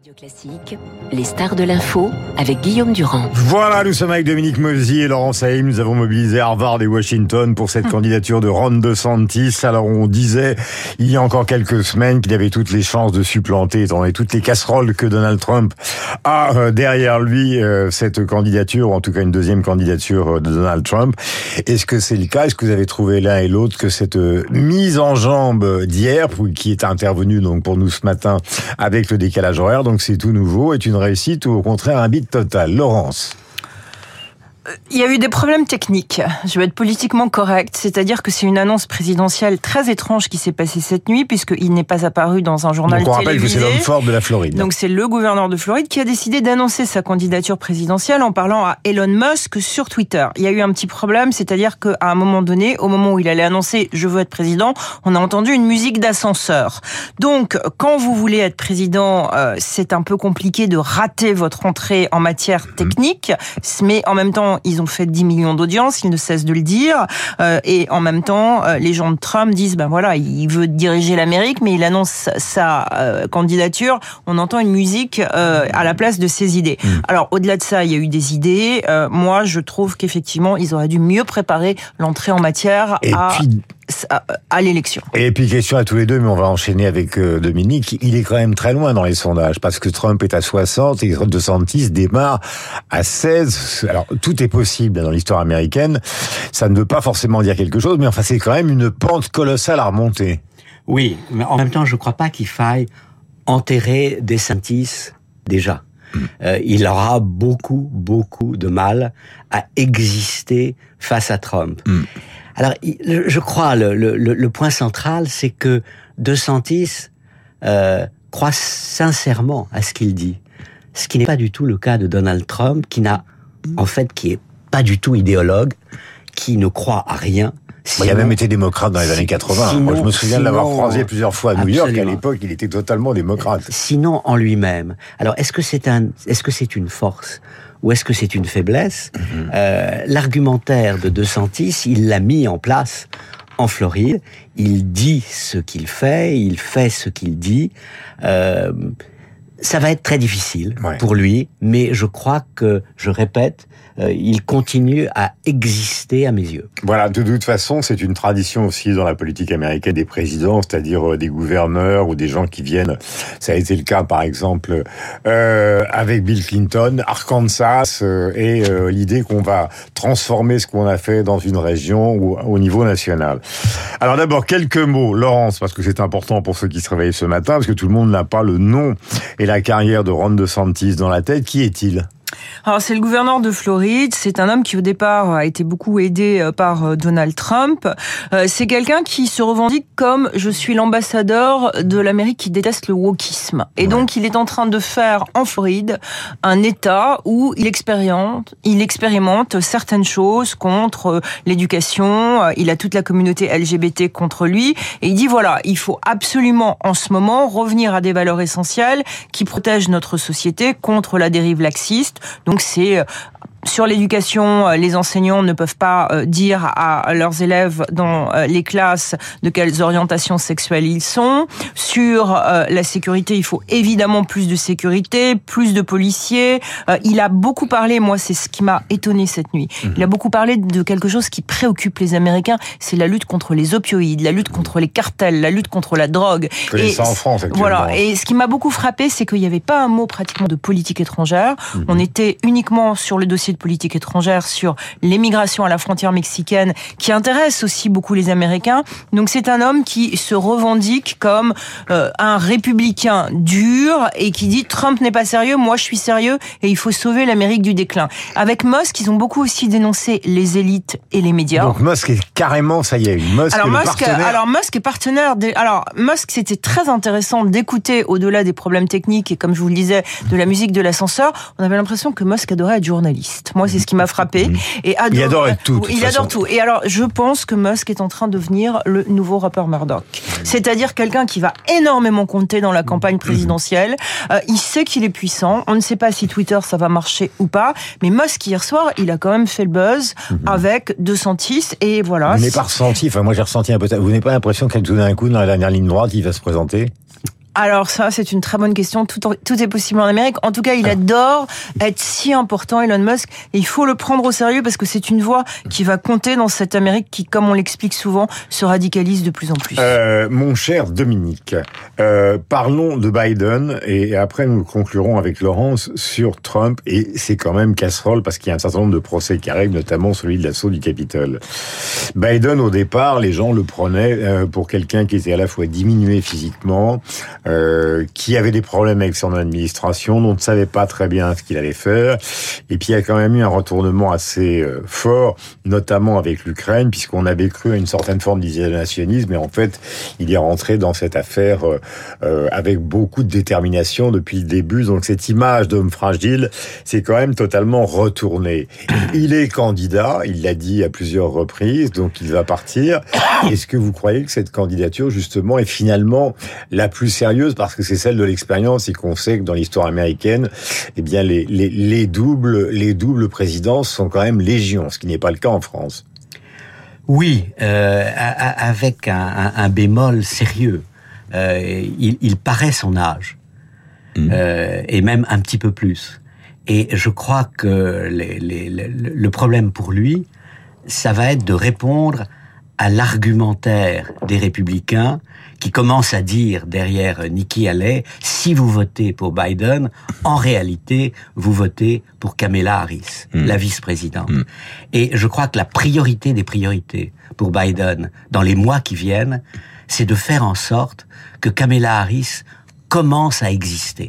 Radio Classique, les stars de l'info avec Guillaume Durand. Voilà, nous sommes avec Dominique Mozy et Laurent Saïm. Nous avons mobilisé Harvard et Washington pour cette candidature de Ron DeSantis. Alors, on disait il y a encore quelques semaines qu'il avait toutes les chances de supplanter, étant donné toutes les casseroles que Donald Trump a derrière lui, cette candidature, ou en tout cas une deuxième candidature de Donald Trump. Est-ce que c'est le cas? Est-ce que vous avez trouvé l'un et l'autre que cette mise en jambe d'hier, qui est intervenue donc pour nous ce matin avec le décalage horaire, donc c'est tout nouveau, est une réussite ou au contraire un bide total? Laurence? Il y a eu des problèmes techniques. Je vais être politiquement correcte, c'est-à-dire que c'est une annonce présidentielle très étrange qui s'est passée cette nuit, puisqu'il n'est pas apparu dans un journal télévisé. Donc on rappelle que c'est l'homme fort de la Floride. Donc c'est le gouverneur de Floride qui a décidé d'annoncer sa candidature présidentielle en parlant à Elon Musk sur Twitter. Il y a eu un petit problème, c'est-à-dire qu'à un moment donné, au moment où il allait annoncer « je veux être président », on a entendu une musique d'ascenseur. Donc quand vous voulez être président, c'est un peu compliqué de rater votre entrée en matière technique, mais en même temps, ils ont fait 10 millions d'audience, ils ne cessent de le dire, et en même temps, les gens de Trump disent, ben voilà, il veut diriger l'Amérique, mais il annonce sa candidature, on entend une musique à la place de ses idées. Alors, au-delà de ça, il y a eu des idées. Moi, je trouve qu'effectivement, ils auraient dû mieux préparer l'entrée en matière à l'élection. Et puis, question à tous les deux, mais on va enchaîner avec Dominique. Il est quand même très loin dans les sondages, parce que Trump est à 60 et DeSantis démarre à 16. Alors, tout est possible dans l'histoire américaine. Ça ne veut pas forcément dire quelque chose, mais enfin, c'est quand même une pente colossale à remonter. Oui, mais en même temps, je ne crois pas qu'il faille enterrer DeSantis déjà. Il aura beaucoup de mal à exister face à Trump. Alors, je crois, le point central, c'est que DeSantis croit sincèrement à ce qu'il dit. Ce qui n'est pas du tout le cas de Donald Trump, qui est pas du tout idéologue, qui ne croit à rien. Sinon, il a même été démocrate dans les années 80. Moi, je me souviens de l'avoir croisé plusieurs fois à New York. À l'époque, il était totalement démocrate. Sinon, en lui-même. Alors, est-ce que c'est une force ou est-ce que c'est une faiblesse? L'argumentaire de DeSantis, il l'a mis en place en Floride. Il dit ce qu'il fait, il fait ce qu'il dit. Ça va être très difficile pour lui, mais je crois que, je répète, il continue à exister à mes yeux. Voilà, de toute façon, c'est une tradition aussi dans la politique américaine des présidents, c'est-à-dire des gouverneurs ou des gens qui viennent. Ça a été le cas, par exemple, avec Bill Clinton, Arkansas, et l'idée qu'on va transformer ce qu'on a fait dans une région ou au niveau national. Alors d'abord, quelques mots, Laurence, parce que c'est important pour ceux qui se réveillent ce matin, parce que tout le monde n'a pas le nom et la carrière de Ron DeSantis dans la tête. Qui est-il ? Alors, c'est le gouverneur de Floride. C'est un homme qui, au départ, a été beaucoup aidé par Donald Trump. C'est quelqu'un qui se revendique comme « je suis l'ambassadeur de l'Amérique qui déteste le wokisme ». Et donc, il est en train de faire en Floride un État où il expérimente certaines choses contre l'éducation. Il a toute la communauté LGBT contre lui. Et il dit, voilà, il faut absolument, en ce moment, revenir à des valeurs essentielles qui protègent notre société contre la dérive laxiste. Donc c'est sur l'éducation, les enseignants ne peuvent pas dire à leurs élèves dans les classes de quelles orientations sexuelles ils sont. Sur la sécurité, il faut évidemment plus de sécurité, plus de policiers. Il a beaucoup parlé, moi c'est ce qui m'a étonné cette nuit, il a beaucoup parlé de quelque chose qui préoccupe les Américains, c'est la lutte contre les opioïdes, la lutte contre les cartels, la lutte contre la drogue. Et ça en France actuellement. Voilà. Et ce qui m'a beaucoup frappé, c'est qu'il n'y avait pas un mot pratiquement de politique étrangère. On était uniquement sur le dossier de politique étrangère, sur l'émigration à la frontière mexicaine, qui intéresse aussi beaucoup les Américains. Donc c'est un homme qui se revendique comme un républicain dur et qui dit Trump n'est pas sérieux, moi je suis sérieux et il faut sauver l'Amérique du déclin. Avec Musk, ils ont beaucoup aussi dénoncé les élites et les médias. Donc Musk est carrément, ça y est, Musk est partenaire. Alors Musk est partenaire. Alors Musk, c'était très intéressant d'écouter au-delà des problèmes techniques et comme je vous le disais, de la musique de l'ascenseur. On avait l'impression que Musk adorait être journaliste. Moi, c'est ce qui m'a frappé. Et il adore tout. Il adore tout. Et alors, je pense que Musk est en train de devenir le nouveau Rupert Murdoch. C'est-à-dire quelqu'un qui va énormément compter dans la campagne présidentielle. Il sait qu'il est puissant. On ne sait pas si Twitter, ça va marcher ou pas. Mais Musk, hier soir, il a quand même fait le buzz avec DeSantis. Et voilà. Vous n'avez pas ressenti, moi j'ai ressenti un peu ça. Vous n'avez pas l'impression qu'elle tout d'un coup, dans la dernière ligne droite, il va se présenter? Alors ça, c'est une très bonne question. Tout est possible en Amérique. En tout cas, il adore être si important, Elon Musk. Et il faut le prendre au sérieux parce que c'est une voix qui va compter dans cette Amérique qui, comme on l'explique souvent, se radicalise de plus en plus. Mon cher Dominique, parlons de Biden et après nous conclurons avec Laurence sur Trump. Et c'est quand même casserole parce qu'il y a un certain nombre de procès qui arrivent, notamment celui de l'assaut du Capitole. Biden, au départ, les gens le prenaient pour quelqu'un qui était à la fois diminué physiquement, qui avait des problèmes avec son administration, dont on ne savait pas très bien ce qu'il allait faire. Et puis il y a quand même eu un retournement assez fort, notamment avec l'Ukraine, puisqu'on avait cru à une certaine forme d'isolationnisme, mais en fait, il est rentré dans cette affaire avec beaucoup de détermination depuis le début. Donc cette image d'homme fragile, c'est quand même totalement retourné. Il est candidat, il l'a dit à plusieurs reprises, donc il va partir. Est-ce que vous croyez que cette candidature, justement, est finalement la plus sérieuse, parce que c'est celle de l'expérience et qu'on sait que dans l'histoire américaine, eh bien les doubles présidences sont quand même légion, ce qui n'est pas le cas en France. Oui, avec un bémol sérieux. Il paraît son âge, et même un petit peu plus. Et je crois que le problème pour lui, ça va être de répondre à l'argumentaire des républicains qui commencent à dire derrière Nikki Haley, si vous votez pour Biden, en réalité, vous votez pour Kamala Harris, la vice-présidente. Et je crois que la priorité des priorités pour Biden dans les mois qui viennent, c'est de faire en sorte que Kamala Harris commence à exister.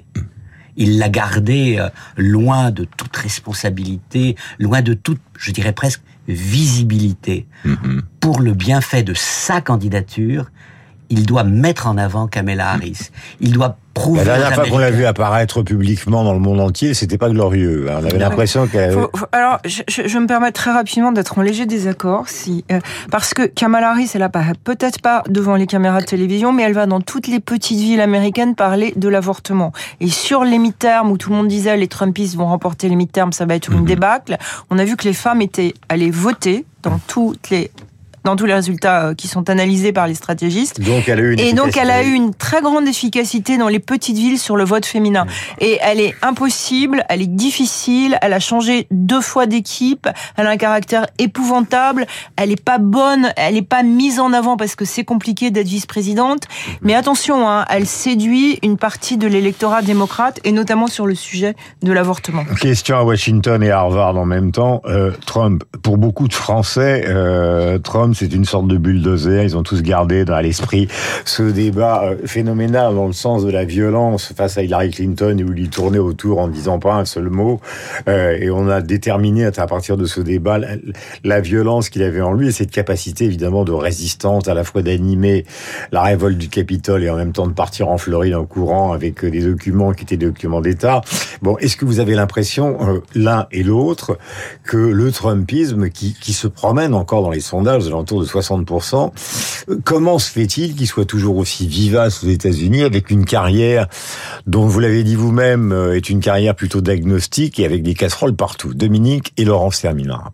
Il l'a gardée loin de toute responsabilité, loin de toute, je dirais presque, visibilité. Pour le bienfait de sa candidature, il doit mettre en avant Kamala Harris. Il doit prouver. La dernière fois qu'on l'a vu apparaître publiquement dans le monde entier, c'était pas glorieux. On avait l'impression qu'elle... Alors, je me permets très rapidement d'être en léger désaccord, parce que Kamala Harris, elle apparaît peut-être pas devant les caméras de télévision, mais elle va dans toutes les petites villes américaines parler de l'avortement. Et sur les midterms, où tout le monde disait les Trumpistes vont remporter les midterms, ça va être une débâcle, on a vu que les femmes étaient allées voter dans tous les résultats qui sont analysés par les stratégistes. Donc elle a eu une très grande efficacité dans les petites villes sur le vote féminin. Et elle est impossible, elle est difficile, elle a changé 2 fois d'équipe, elle a un caractère épouvantable, elle est pas bonne, elle est pas mise en avant parce que c'est compliqué d'être vice-présidente. Mais attention, elle séduit une partie de l'électorat démocrate et notamment sur le sujet de l'avortement. Question à Washington et à Harvard en même temps. Trump, pour beaucoup de Français, Trump, c'est une sorte de bulldozer. Ils ont tous gardé dans l'esprit ce débat phénoménal dans le sens de la violence face à Hillary Clinton où il tournait autour en disant pas un seul mot. Et on a déterminé à partir de ce débat la violence qu'il avait en lui et cette capacité évidemment de résistance, à la fois d'animer la révolte du Capitole et en même temps de partir en Floride en courant avec des documents qui étaient des documents d'État. Bon, est-ce que vous avez l'impression, l'un et l'autre, que le Trumpisme qui se promène encore dans les sondages autour de 60%. Comment se fait-il qu'il soit toujours aussi vivace aux États-Unis avec une carrière dont vous l'avez dit vous-même est une carrière plutôt d'agnostique et avec des casseroles partout? Dominique et Laurence terminera.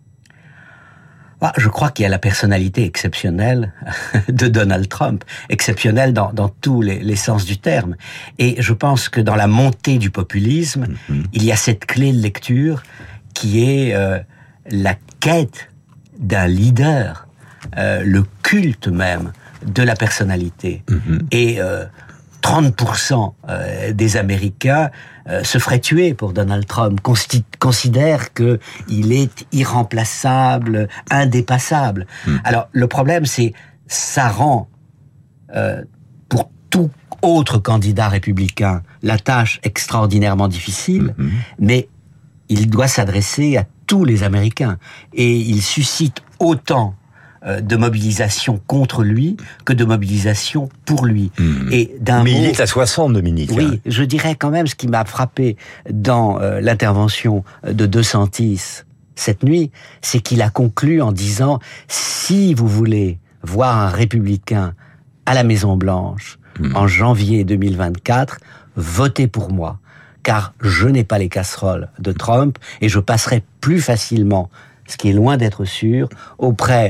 Je crois qu'il y a la personnalité exceptionnelle de Donald Trump, exceptionnelle dans tous les sens du terme. Et je pense que dans la montée du populisme, il y a cette clé de lecture qui est la quête d'un leader, le culte même de la personnalité. Et 30% des Américains se feraient tuer pour Donald Trump, considèrent qu'il est irremplaçable, indépassable. Alors, le problème, c'est ça rend, pour tout autre candidat républicain, la tâche extraordinairement difficile, mais il doit s'adresser à tous les Américains. Et il suscite autant de mobilisation contre lui que de mobilisation pour lui. Et mais il est à 60, Dominique. Oui, je dirais quand même ce qui m'a frappé dans l'intervention de DeSantis cette nuit, c'est qu'il a conclu en disant « Si vous voulez voir un républicain à la Maison-Blanche en janvier 2024, votez pour moi, car je n'ai pas les casseroles de Trump et je passerai plus facilement, ce qui est loin d'être sûr, auprès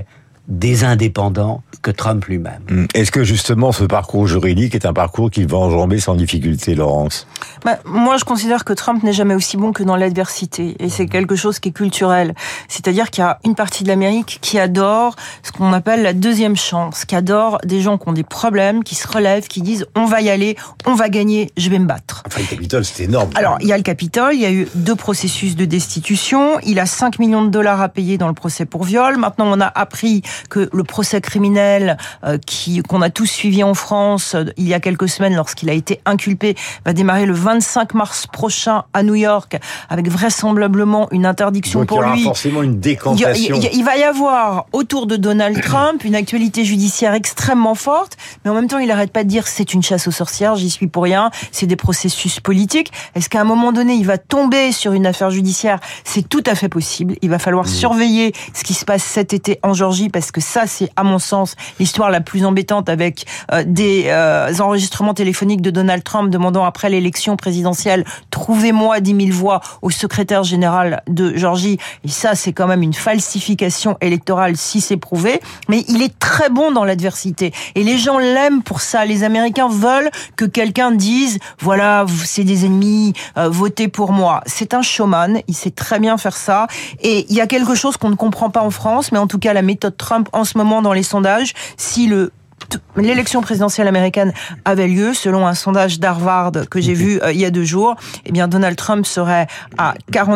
des indépendants que Trump lui-même. Est-ce que justement ce parcours juridique est un parcours qu'il va enjamber sans difficulté, Laurence ? Moi, je considère que Trump n'est jamais aussi bon que dans l'adversité. Et c'est quelque chose qui est culturel. C'est-à-dire qu'il y a une partie de l'Amérique qui adore ce qu'on appelle la deuxième chance, qui adore des gens qui ont des problèmes, qui se relèvent, qui disent « on va y aller, on va gagner, je vais me battre ». Enfin, le Capitole, c'est énorme. Alors, il y a le Capitole, il y a eu 2 processus de destitution, il a 5 millions de dollars à payer dans le procès pour viol. Maintenant, on a appris que le procès criminel qu'on a tous suivi en France il y a quelques semaines lorsqu'il a été inculpé va démarrer le 25 mars prochain à New York avec vraisemblablement une interdiction. Donc, pour lui. Il y aura forcément une décantation. Il va y avoir autour de Donald Trump une actualité judiciaire extrêmement forte, mais en même temps il n'arrête pas de dire c'est une chasse aux sorcières, j'y suis pour rien, c'est des processus politiques. Est-ce qu'à un moment donné il va tomber sur une affaire judiciaire ? C'est tout à fait possible. Il va falloir surveiller ce qui se passe cet été en Géorgie, parce que ça c'est à mon sens l'histoire la plus embêtante, avec des enregistrements téléphoniques de Donald Trump demandant après l'élection présidentielle « Trouvez-moi 10 000 voix au secrétaire général de Géorgie ». Et ça, c'est quand même une falsification électorale si c'est prouvé. Mais il est très bon dans l'adversité. Et les gens l'aiment pour ça. Les Américains veulent que quelqu'un dise « Voilà, c'est des ennemis, votez pour moi ». C'est un showman, il sait très bien faire ça. Et il y a quelque chose qu'on ne comprend pas en France, mais en tout cas, la méthode Trump en ce moment dans les sondages, si l'élection présidentielle américaine avait lieu, selon un sondage d'Harvard que j'ai vu il y a 2 jours, eh bien Donald Trump serait à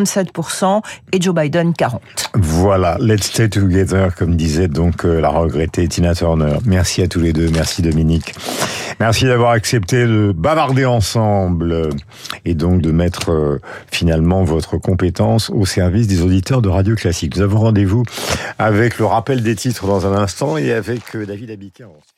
47% et Joe Biden 40%. Voilà, let's stay together, comme disait donc la regrettée Tina Turner. Merci à tous les deux, merci Dominique. Merci d'avoir accepté de bavarder ensemble et donc de mettre finalement votre compétence au service des auditeurs de Radio Classique. Nous avons rendez-vous avec le rappel des titres dans un instant et avec David Abiker.